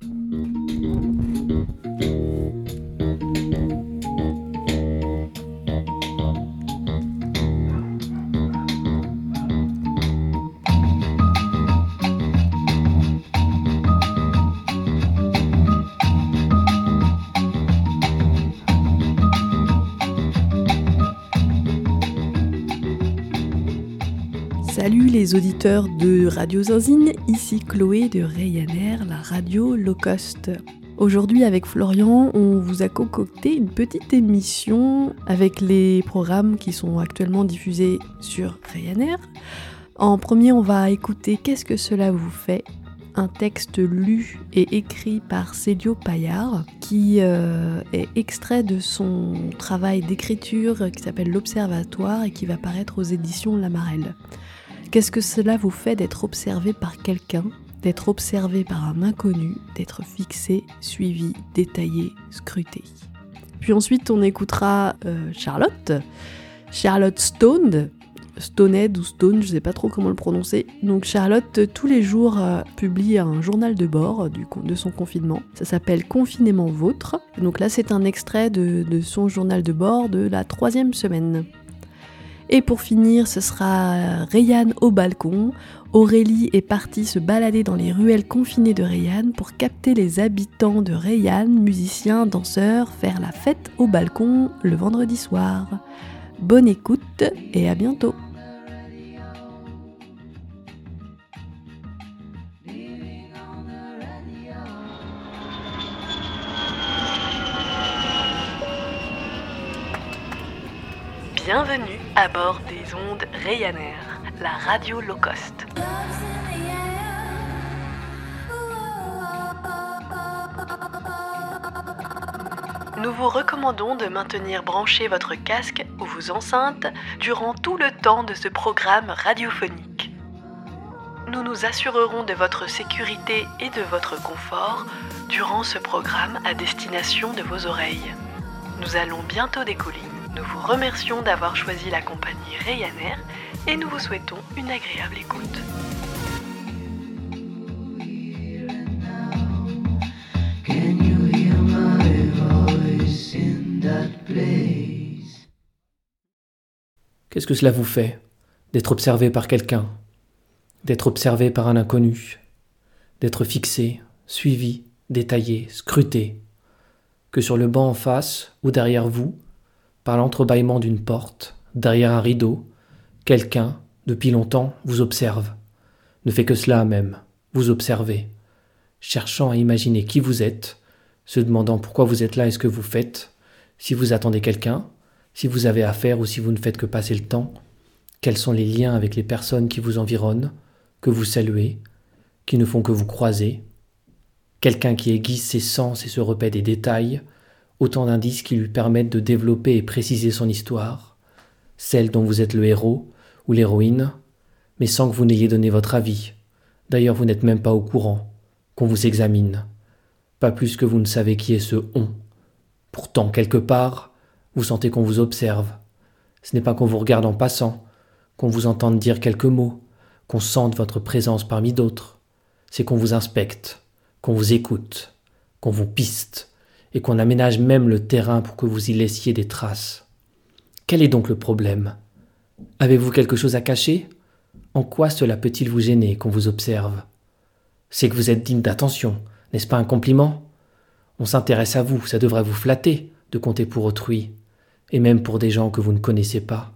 Salut les auditeurs de Radio Zinzine, ici Chloé de Ryanair, la radio low cost. Aujourd'hui avec Florian, on vous a concocté une petite émission avec les programmes qui sont actuellement diffusés sur Ryanair. En premier, on va écouter Qu'est-ce que cela vous fait ? Un texte lu et écrit par Célio Paillard qui est extrait de son travail d'écriture qui s'appelle L'Observatoire et qui va paraître aux éditions Lamarelle. Qu'est-ce que cela vous fait d'être observé par quelqu'un, d'être observé par un inconnu, d'être fixé, suivi, détaillé, scruté ? Puis ensuite, on écoutera Charlotte Stoned ou Stone, je sais pas trop comment le prononcer. Donc Charlotte, tous les jours, publie un journal de bord de son confinement. Ça s'appelle Confinément Vôtre. Donc là, c'est un extrait de son journal de bord de la 3e semaine. Et pour finir, ce sera Rayanne au balcon. Aurélie est partie se balader dans les ruelles confinées de Rayanne pour capter les habitants de Rayanne, musiciens, danseurs, faire la fête au balcon le vendredi soir. Bonne écoute et à bientôt. Bienvenue à bord des ondes Ryanair, la radio low cost. Nous vous recommandons de maintenir branché votre casque ou vos enceintes durant tout le temps de ce programme radiophonique. Nous nous assurerons de votre sécurité et de votre confort durant ce programme à destination de vos oreilles. Nous allons bientôt décoller. Nous vous remercions d'avoir choisi la compagnie Ryanair et nous vous souhaitons une agréable écoute. Qu'est-ce que cela vous fait d'être observé par quelqu'un, d'être observé par un inconnu, d'être fixé, suivi, détaillé, scruté, que sur le banc en face ou derrière vous, par l'entrebâillement d'une porte, derrière un rideau, quelqu'un, depuis longtemps, vous observe. Ne fait que cela même, vous observer, cherchant à imaginer qui vous êtes, se demandant pourquoi vous êtes là et ce que vous faites, si vous attendez quelqu'un, si vous avez affaire ou si vous ne faites que passer le temps, quels sont les liens avec les personnes qui vous environnent, que vous saluez, qui ne font que vous croiser, quelqu'un qui aiguise ses sens et se repaît des détails, autant d'indices qui lui permettent de développer et préciser son histoire, celle dont vous êtes le héros ou l'héroïne, mais sans que vous n'ayez donné votre avis. D'ailleurs, vous n'êtes même pas au courant, qu'on vous examine. Pas plus que vous ne savez qui est ce « on ». Pourtant, quelque part, vous sentez qu'on vous observe. Ce n'est pas qu'on vous regarde en passant, qu'on vous entende dire quelques mots, qu'on sente votre présence parmi d'autres. C'est qu'on vous inspecte, qu'on vous écoute, qu'on vous piste, et qu'on aménage même le terrain pour que vous y laissiez des traces. Quel est donc le problème ? Avez-vous quelque chose à cacher ? En quoi cela peut-il vous gêner qu'on vous observe ? C'est que vous êtes digne d'attention, n'est-ce pas un compliment ? On s'intéresse à vous, ça devrait vous flatter de compter pour autrui, et même pour des gens que vous ne connaissez pas.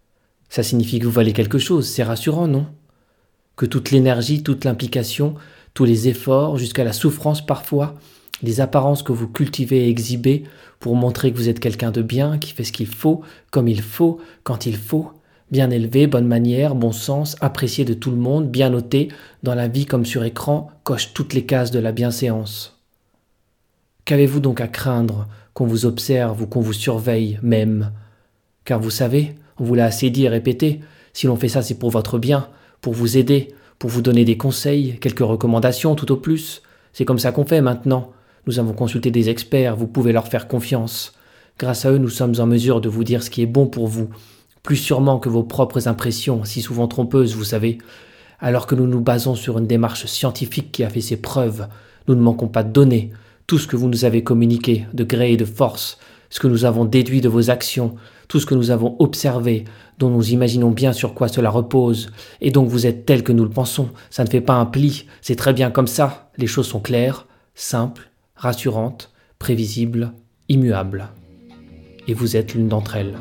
Ça signifie que vous valez quelque chose, c'est rassurant, non ? Que toute l'énergie, toute l'implication, tous les efforts, jusqu'à la souffrance parfois, les apparences que vous cultivez et exhibez pour montrer que vous êtes quelqu'un de bien, qui fait ce qu'il faut, comme il faut, quand il faut, bien élevé, bonne manière, bon sens, apprécié de tout le monde, bien noté, dans la vie comme sur écran, coche toutes les cases de la bienséance. Qu'avez-vous donc à craindre qu'on vous observe ou qu'on vous surveille même ? Car vous savez, on vous l'a assez dit et répété, si l'on fait ça c'est pour votre bien, pour vous aider, pour vous donner des conseils, quelques recommandations tout au plus. C'est comme ça qu'on fait maintenant. Nous avons consulté des experts, vous pouvez leur faire confiance. Grâce à eux, nous sommes en mesure de vous dire ce qui est bon pour vous, plus sûrement que vos propres impressions, si souvent trompeuses, vous savez. Alors que nous nous basons sur une démarche scientifique qui a fait ses preuves, Nous ne manquons pas de donner tout ce que vous nous avez communiqué de gré et de force, ce que nous avons déduit de vos actions, tout ce que nous avons observé, dont nous imaginons bien sur quoi cela repose, et donc vous êtes tel que nous le pensons, ça ne fait pas un pli, c'est très bien comme ça, les choses sont claires, simples, rassurantes, prévisibles, immuables. Et vous êtes l'une d'entre elles.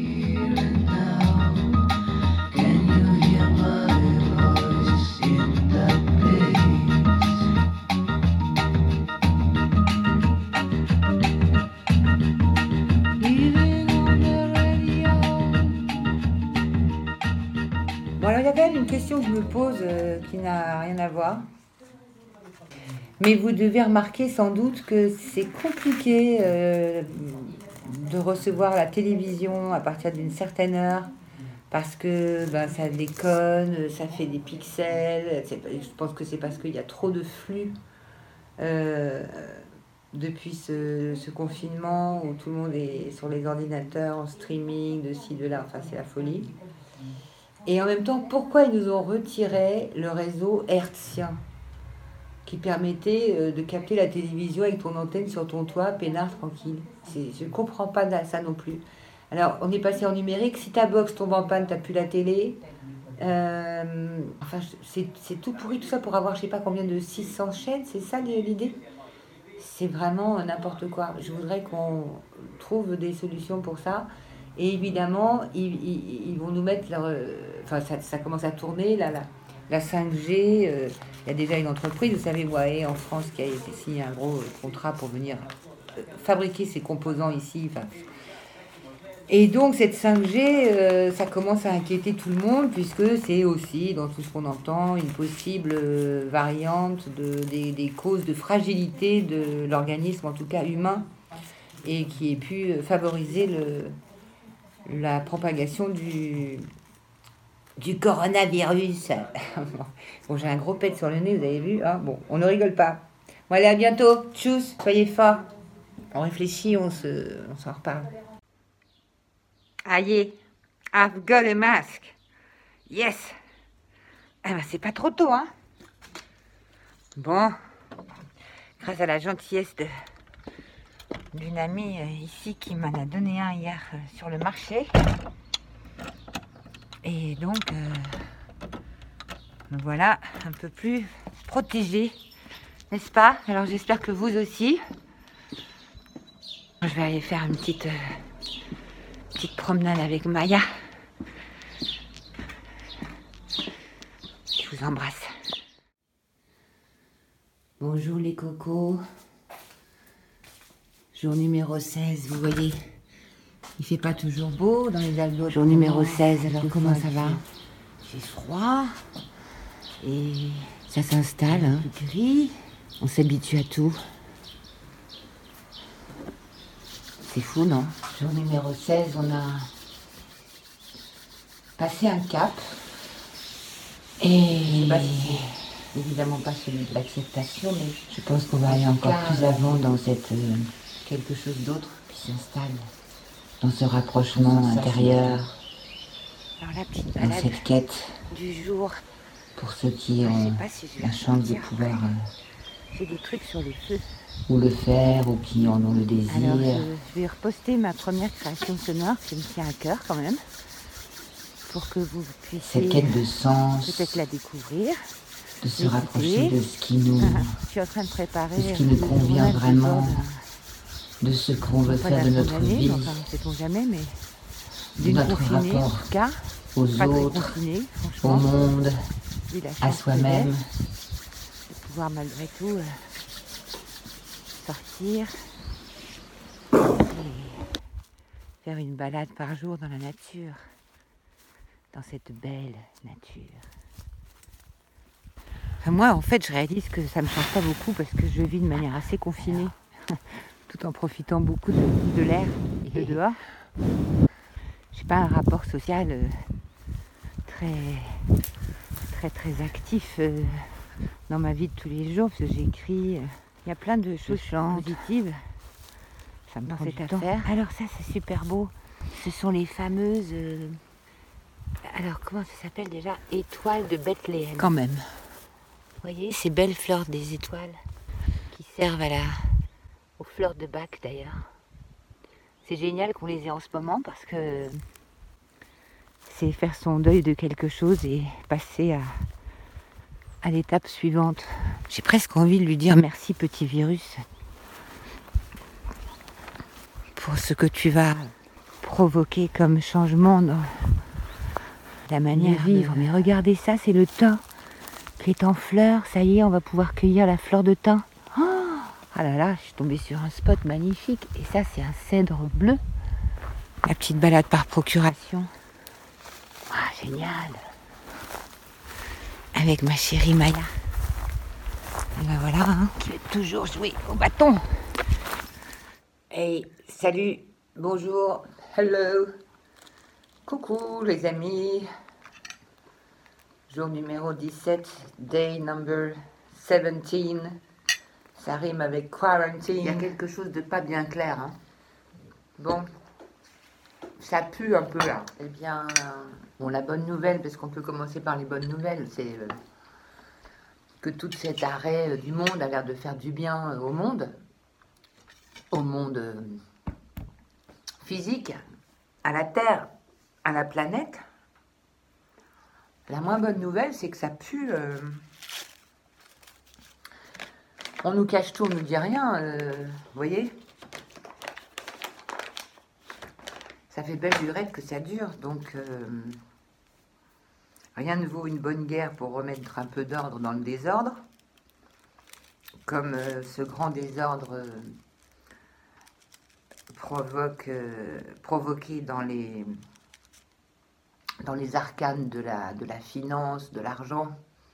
Alors, il y a quand même une question que je me pose qui n'a rien à voir. Mais vous devez remarquer sans doute que c'est compliqué de recevoir la télévision à partir d'une certaine heure parce que ça déconne, ça fait des pixels. Je pense que c'est parce qu'il y a trop de flux depuis ce confinement où tout le monde est sur les ordinateurs, en streaming, de ci, de là. Enfin, c'est la folie. Et en même temps, pourquoi ils nous ont retiré le réseau hertzien qui permettait de capter la télévision avec ton antenne sur ton toit, peinard, tranquille. Je ne comprends pas ça non plus. Alors, on est passé en numérique. Si ta box tombe en panne, tu n'as plus la télé. C'est tout pourri, tout ça pour avoir je ne sais pas combien de 600 chaînes. C'est ça l'idée ? C'est vraiment n'importe quoi. Je voudrais qu'on trouve des solutions pour ça. Et évidemment, ils vont nous mettre ça commence à tourner, la 5G. Il y a déjà une entreprise, vous savez, Huawei en France, qui a été signé un gros contrat pour venir fabriquer ses composants ici. Et donc, cette 5G, ça commence à inquiéter tout le monde, puisque c'est aussi, dans tout ce qu'on entend, une possible variante des causes de fragilité de l'organisme, en tout cas humain, et qui ait pu favoriser la propagation du coronavirus. Bon, j'ai un gros pet sur le nez, vous avez vu, hein. Bon, on ne rigole pas. Bon, allez, à bientôt. Tchuss, soyez forts. On réfléchit, on s'en reparle. Aïe, I've got a mask. Yes. C'est pas trop tôt, hein. Bon, grâce à la gentillesse d'une amie ici qui m'en a donné un hier sur le marché. Et donc, me voilà un peu plus protégée, n'est-ce pas? Alors j'espère que vous aussi. Je vais aller faire une petite promenade avec Maya. Je vous embrasse. Bonjour les cocos. Jour numéro 16, vous voyez, il fait pas toujours beau dans les agglos. Jour numéro 16, alors comment ça va? C'est froid et ça s'installe, hein. Gris, on s'habitue à tout. C'est fou, non? Jour numéro 16, on a passé un cap et c'est évidemment pas celui de l'acceptation, mais je pense qu'on va aller encore plus avant dans quelque chose d'autre qui s'installe dans ce rapprochement intérieur, dans cette quête du jour. Pour ceux qui ont la chance de pouvoir j'ai des trucs sur les feux. Ou le faire, ou qui en ont le désir. Alors, je vais reposter ma première création sonore, qui me tient à cœur quand même, pour que vous puissiez cette quête de sens, peut-être la découvrir, de se rapprocher de ce qui nous, je suis en train de préparer de ce qui nous convient vraiment, de ce qu'on veut faire de notre vie, enfin, sait-on jamais, mais de notre rapport aux autres, au monde, à soi-même. De pouvoir malgré tout sortir et faire une balade par jour dans la nature, dans cette belle nature. Enfin, moi, en fait, je réalise que ça me change pas beaucoup parce que je vis de manière assez confinée, tout en profitant beaucoup de l'air et de dehors. J'ai pas un rapport social très actif dans ma vie de tous les jours, parce que j'écris. Il y a plein de choses positives. Ça me prend du temps. Alors ça, c'est super beau. Ce sont les fameuses... Alors, comment ça s'appelle déjà? Étoiles de Bethléem. Quand même. Vous voyez, ces belles fleurs des étoiles. qui servent aux fleurs de bac d'ailleurs. C'est génial qu'on les ait en ce moment parce que c'est faire son deuil de quelque chose et passer à l'étape suivante. J'ai presque envie de lui dire merci petit virus pour ce que tu vas provoquer comme changement dans la manière de vivre. Mais regardez ça, c'est le thym qui est en fleurs. Ça y est, on va pouvoir cueillir la fleur de thym. Ah là là, je suis tombée sur un spot magnifique. Et ça, c'est un cèdre bleu. La petite balade par procuration. Ah, génial. Avec ma chérie Maya. Et ben voilà, qui veut toujours jouer au bâton. Hey, salut, bonjour, hello. Coucou les amis. Jour numéro 17, day number 17. Ça rime avec quarantine. Il y a quelque chose de pas bien clair. Bon, ça pue un peu là. Eh bien, bon, la bonne nouvelle, parce qu'on peut commencer par les bonnes nouvelles, c'est que tout cet arrêt du monde a l'air de faire du bien au monde physique, à la Terre, à la planète. La moins bonne nouvelle, c'est que ça pue. On nous cache tout, on nous dit rien, vous voyez. Ça fait belle lurette que ça dure, donc rien ne vaut une bonne guerre pour remettre un peu d'ordre dans le désordre, comme ce grand désordre provoqué dans les arcanes de la finance, de l'argent,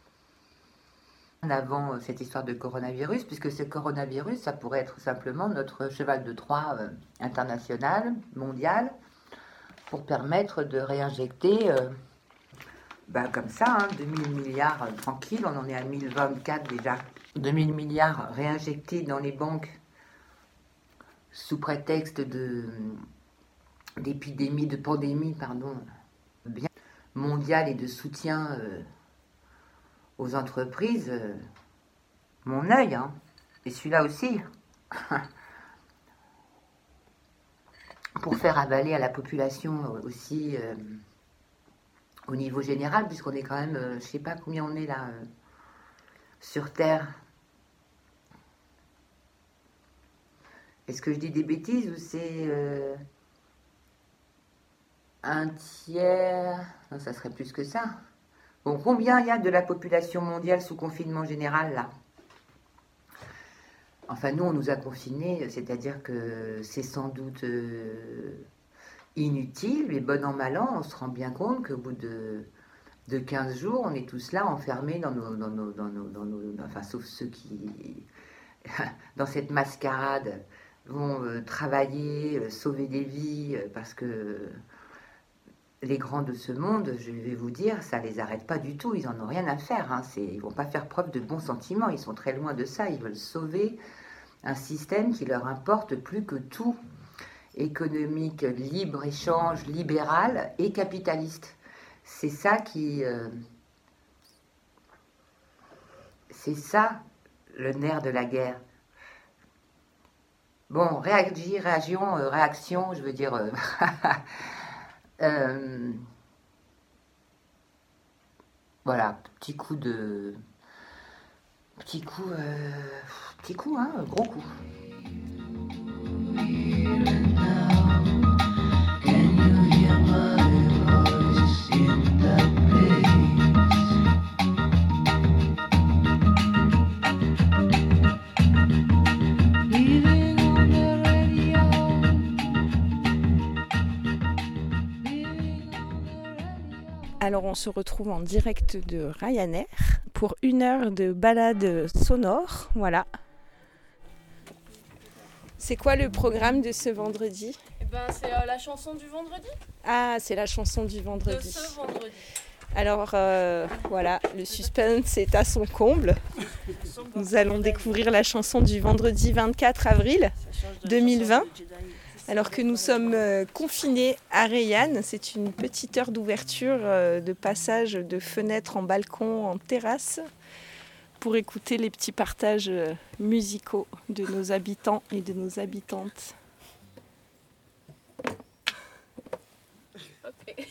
avant cette histoire de coronavirus, puisque ce coronavirus, ça pourrait être simplement notre cheval de Troie international, mondial, pour permettre de réinjecter, comme ça, 2000 milliards tranquille, on en est à 1024 déjà, 2000 milliards réinjectés dans les banques sous prétexte d'épidémie, de pandémie, bien mondiale et de soutien aux entreprises. Mon œil, et celui-là aussi, pour faire avaler à la population aussi au niveau général, puisqu'on est quand même, je sais pas combien on est là sur Terre. Est-ce que je dis des bêtises ou c'est un tiers? Non, ça serait plus que ça. Bon, combien il y a de la population mondiale sous confinement général là? Enfin, nous, on nous a confinés, c'est-à-dire que c'est sans doute inutile, mais bon an, mal an, on se rend bien compte qu'au bout de 15 jours, on est tous là, enfermés dans nos enfin, sauf ceux qui, dans cette mascarade, vont travailler, sauver des vies, parce que les grands de ce monde, je vais vous dire, ça les arrête pas du tout, ils en ont rien à faire, ils vont pas faire preuve de bons sentiments, ils sont très loin de ça, ils veulent sauver un système qui leur importe plus que tout, économique, libre-échange, libéral et capitaliste. C'est ça c'est ça le nerf de la guerre. Bon, réaction, je veux dire... voilà, petit coup, gros coup. Alors on se retrouve en direct de Ryanair pour 1 heure de balade sonore, voilà. C'est quoi le programme de ce vendredi ? C'est la chanson du vendredi. Ah, c'est la chanson du vendredi. De ce vendredi. Alors voilà, le suspense est à son comble. Nous allons découvrir la chanson du vendredi 24 avril 2020. Alors que nous sommes confinés à Rayanne, c'est une petite heure d'ouverture, de passage de fenêtres en balcon, en terrasse, pour écouter les petits partages musicaux de nos habitants et de nos habitantes. Ok.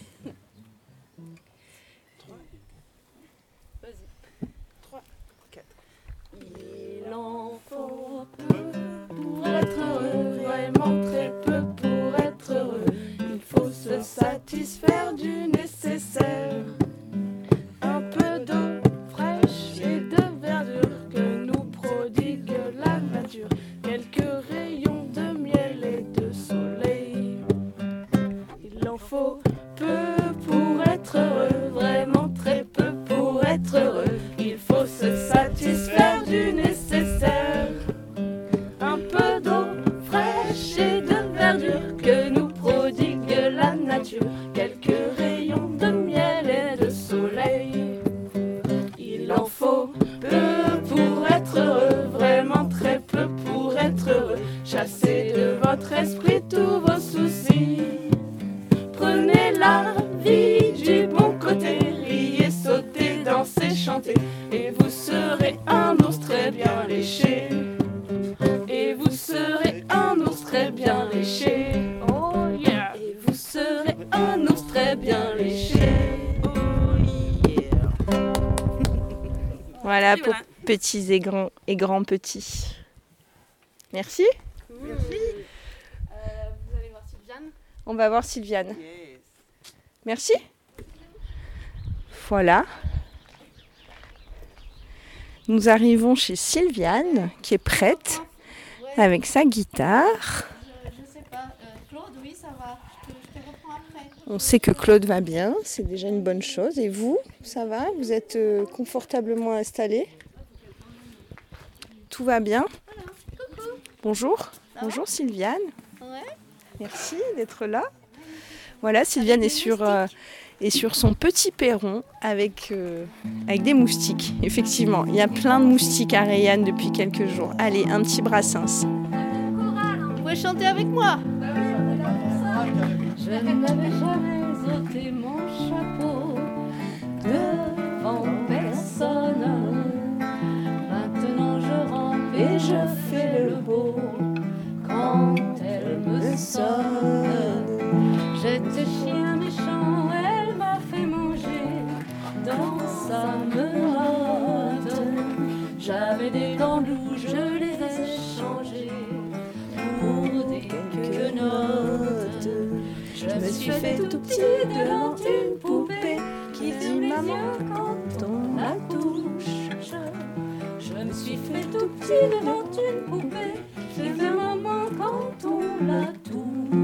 Vas-y. 3, 4. Il en faut peu pour être heureux, vraiment très peu pour être heureux. Il faut se satisfaire du nécessaire. Un peu d'eau fraîche et de verdure que nous prodigue la nature. Quelques rayons de miel et de soleil. Il en faut peu pour être heureux, vraiment très peu pour être heureux. Il faut se satisfaire du nécessaire. Un peu d'eau fraîche et de verdure que nous prodigue la nature. Quelques rayons de miel et de soleil. Il en faut peu pour être heureux, vraiment très peu pour être heureux. Chassez de votre esprit tous vos soucis. Prenez la vie du bon côté, riez, sautez, dansez, chantez, et vous serez un ours très bien léché. Et vous serez un ours très bien léché. Oh yeah. Et vous serez un ours très bien léché. Oh yeah. Voilà pour petits et grands petits. Merci. Merci. Vous allez voir Sylviane. On va voir Sylviane. Merci. Voilà. Nous arrivons chez Sylviane qui est prête avec sa guitare. Je sais pas. Claude, oui, ça va. Je te reprends après. On sait que Claude va bien, c'est déjà une bonne chose. Et vous, ça va? Vous êtes confortablement installés? Tout va bien? Bonjour. Bonjour Sylviane. Ouais. Merci d'être là. Voilà, Sylviane est sur son petit perron avec des moustiques. Effectivement, il y a plein de moustiques à Reillanne depuis quelques jours. Allez, un petit Brassens. Vous pouvez chanter avec moi. Je n'avais jamais ôté mon chapeau devant personne. Maintenant je rampe et je fais le beau quand elle me sonne. J'étais chien méchant, elle m'a fait manger dans sa menotte. J'avais des dents louches, je les ai changées pour des quelques notes. Je me suis fait tout petit devant une poupée qui dit maman quand on la touche. Je me suis fait tout petit devant une poupée qui fait maman quand on la touche.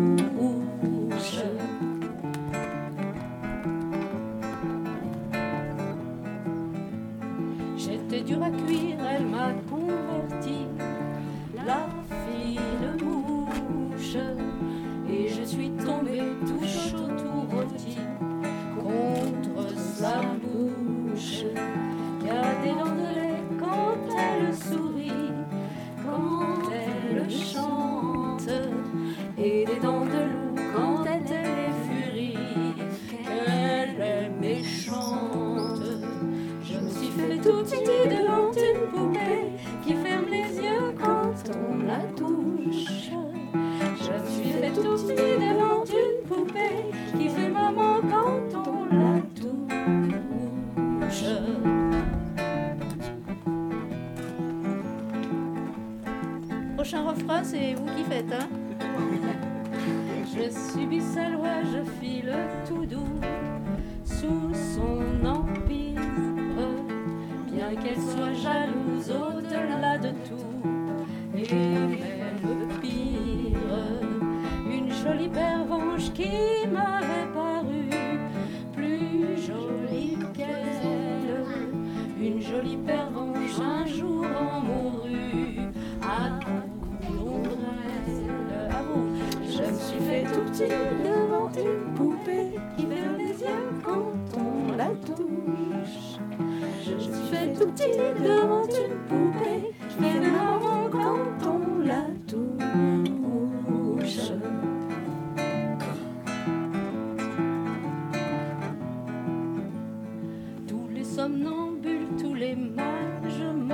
J'étais dur à cuire, elle m'a converti, la fine mouche. Et je suis tombée tout chaud, tout rôti contre sa bouche. Y a des dents de lait quand elle sourit, quand elle chante, et des dents de loup quand elle est furie, qu'elle est méchante. Je me suis fait tout petit devant une poupée qui ferme les yeux quand on la touche. Je me suis fait tout petit devant une poupée qui fait maman quand on la touche. Prochain refrain, c'est vous qui faites, hein? Je subis sa loi, je file tout doux sous son empire, bien qu'elle soit jalouse au-delà de tout, et même pire, une jolie pervenche qui m'avait paru plus jolie qu'elle, une jolie pervenche un jour en mourut à Coulombrelle. À vous. Je me suis fait tout petit devant une poupée qui ferme les yeux quand on la touche. Je me suis fait tout petit devant une poupée qui fait maman quand on la touche. Tous les somnambules, tous les mages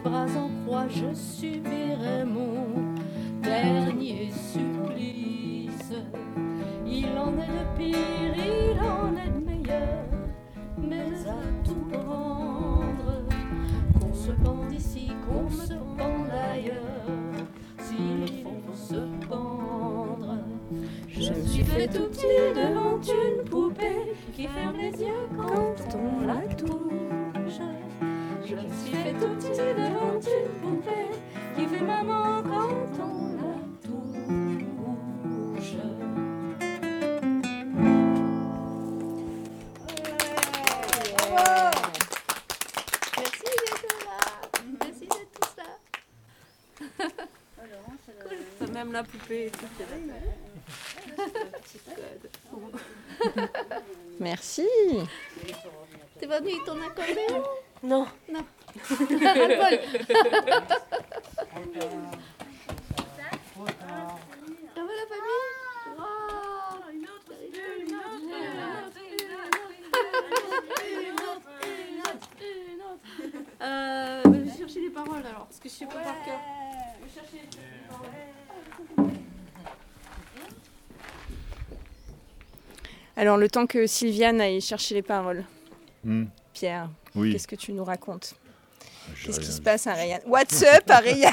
bras en croix, je subirai mon dernier supplice. Il en est de pire, il en est de meilleur, mais à tout prendre, qu'on se pende ici, qu'on se pende ailleurs, s'il faut se pendre. Je me suis fait tout petit devant une poupée qui ferme les yeux quand on la touche. Je me suis fait tout petit devant une poupée qui fait maman quand on la touche. Merci d'être là. Merci d'être tous là. Cool. Même la poupée et tout. Merci. T'es pas venu avec ton accordéon? Non. Non. Paul. Ça va la famille? Waouh. Je vais chercher les paroles alors, parce que je sais pas par cœur. Je vais chercher les paroles. Alors, le temps que Sylviane aille chercher les paroles, Pierre, Oui. qu'est-ce que tu nous racontes? Qu'est-ce qui Rien. se passe à Rayanne? What's up à Rayanne?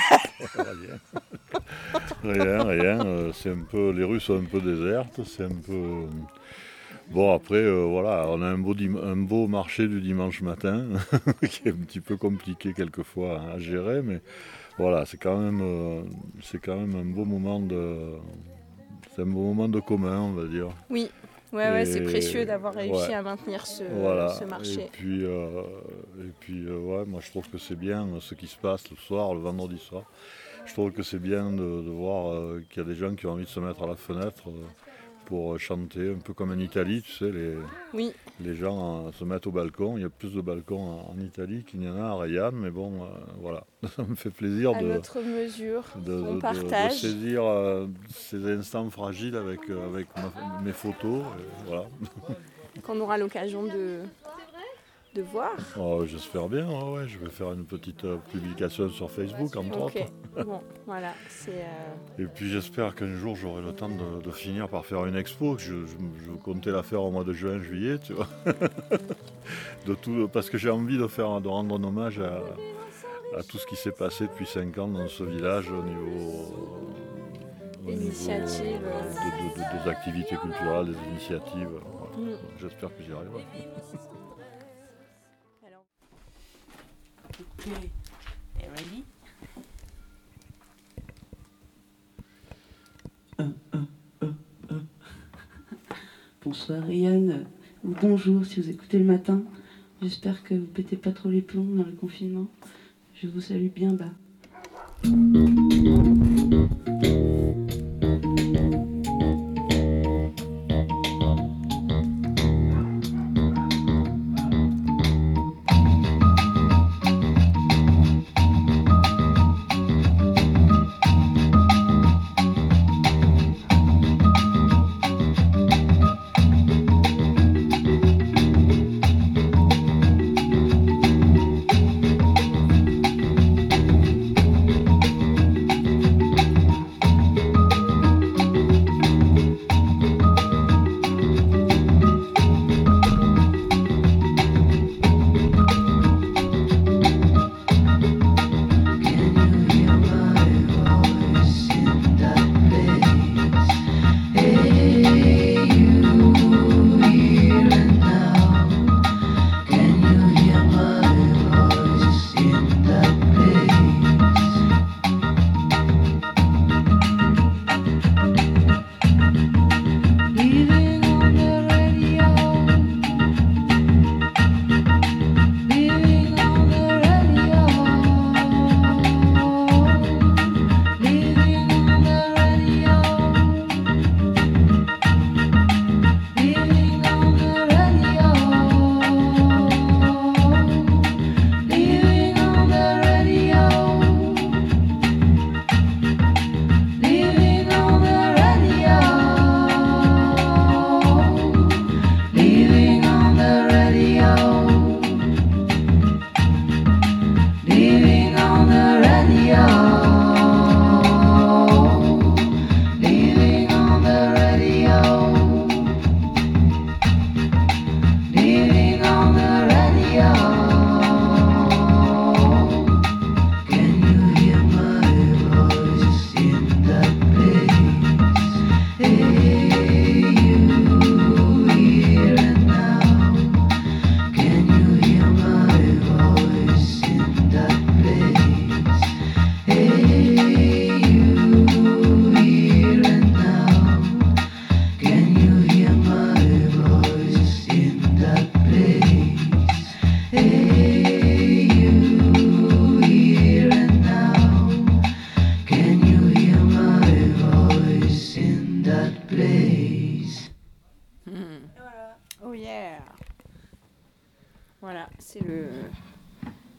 Rien. C'est un peu, les rues sont un peu désertes. C'est un peu. Bon, après, voilà, on a un beau marché du dimanche matin qui est un petit peu compliqué quelquefois à gérer, mais voilà, c'est quand même un beau moment c'est un beau moment de commun, on va dire. Oui, ouais, c'est Et- précieux d'avoir réussi ouais. à maintenir ce marché. Et puis, ouais, moi je trouve que c'est bien ce qui se passe le soir, le vendredi soir. Je trouve que c'est bien de voir qu'il y a des gens qui ont envie de se mettre à la fenêtre pour chanter, un peu comme en Italie, tu sais, Oui, les gens se mettent au balcon. Il y a plus de balcons en Italie qu'il n'y en a à Rayanne, mais bon, voilà, ça me fait plaisir à notre mesure, on de partage. saisir ces instants fragiles avec mes photos. Et voilà. Qu'on aura l'occasion de voir. Oh, j'espère bien, ouais, je vais faire une petite publication sur Facebook, entre Ok, autres. bon, voilà, c'est... Et puis j'espère qu'un jour j'aurai le temps de finir par faire une expo. Je comptais la faire au mois de juin, juillet, tu vois. Parce que j'ai envie de rendre un hommage à tout ce qui s'est passé depuis 5 ans dans ce village au niveau Initiative. des activités culturelles, des initiatives. Voilà. Mm. J'espère que j'y arriverai. Alors, Okay. You ready? Bonsoir Yann, ou bonjour si vous écoutez le matin. J'espère que vous pétez pas trop les plombs dans le confinement. Je vous salue bien bas.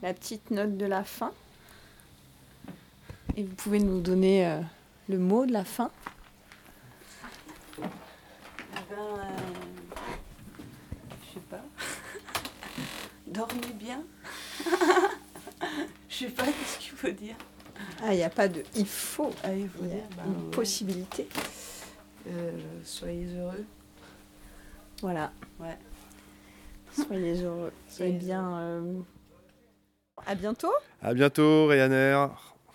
la petite note de la fin. Et vous pouvez nous donner le mot de la fin. Je sais pas. Dormez bien. Je sais pas qu'est-ce qu'il faut dire. Ah, il n'y a pas de il faut. Ah, il faut Il y a dire, une possibilité. soyez heureux. Voilà. Ouais. Soyez heureux. Eh bien, à bientôt. À bientôt, Ryanair.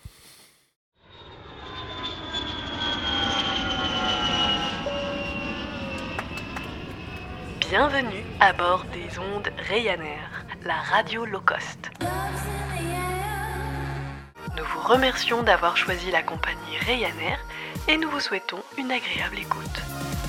Bienvenue à bord des ondes Ryanair, la radio low cost. Nous vous remercions d'avoir choisi la compagnie Ryanair et nous vous souhaitons une agréable écoute.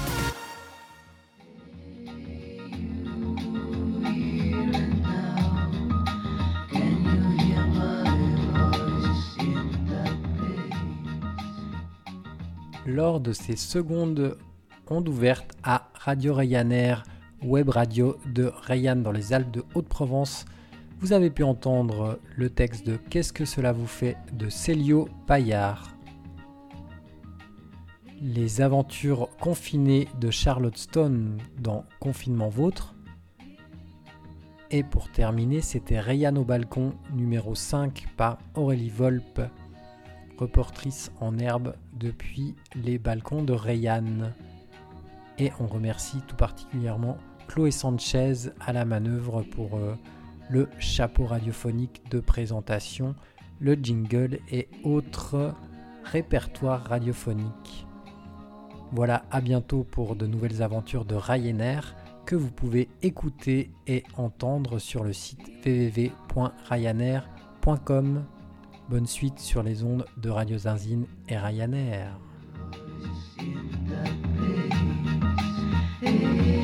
Lors de ces secondes ondes ouvertes à Radio Ryanair, web radio de Rayanne dans les Alpes de Haute-Provence, vous avez pu entendre le texte de Qu'est-ce que cela vous fait de Célio Paillard. Les aventures confinées de Charlotte Stone dans Confinement Vôtre. Et pour terminer, c'était Rayanne au balcon numéro 5 par Aurélie Volpe, reportrice en herbe depuis les balcons de Rayanne. Et on remercie tout particulièrement Chloé Sanchez à la manœuvre pour le chapeau radiophonique de présentation, le jingle et autres répertoires radiophoniques. Voilà, à bientôt pour de nouvelles aventures de Ryanair que vous pouvez écouter et entendre sur le site www.ryanair.com. Bonne suite sur les ondes de Radio Zinzine et Ryanair.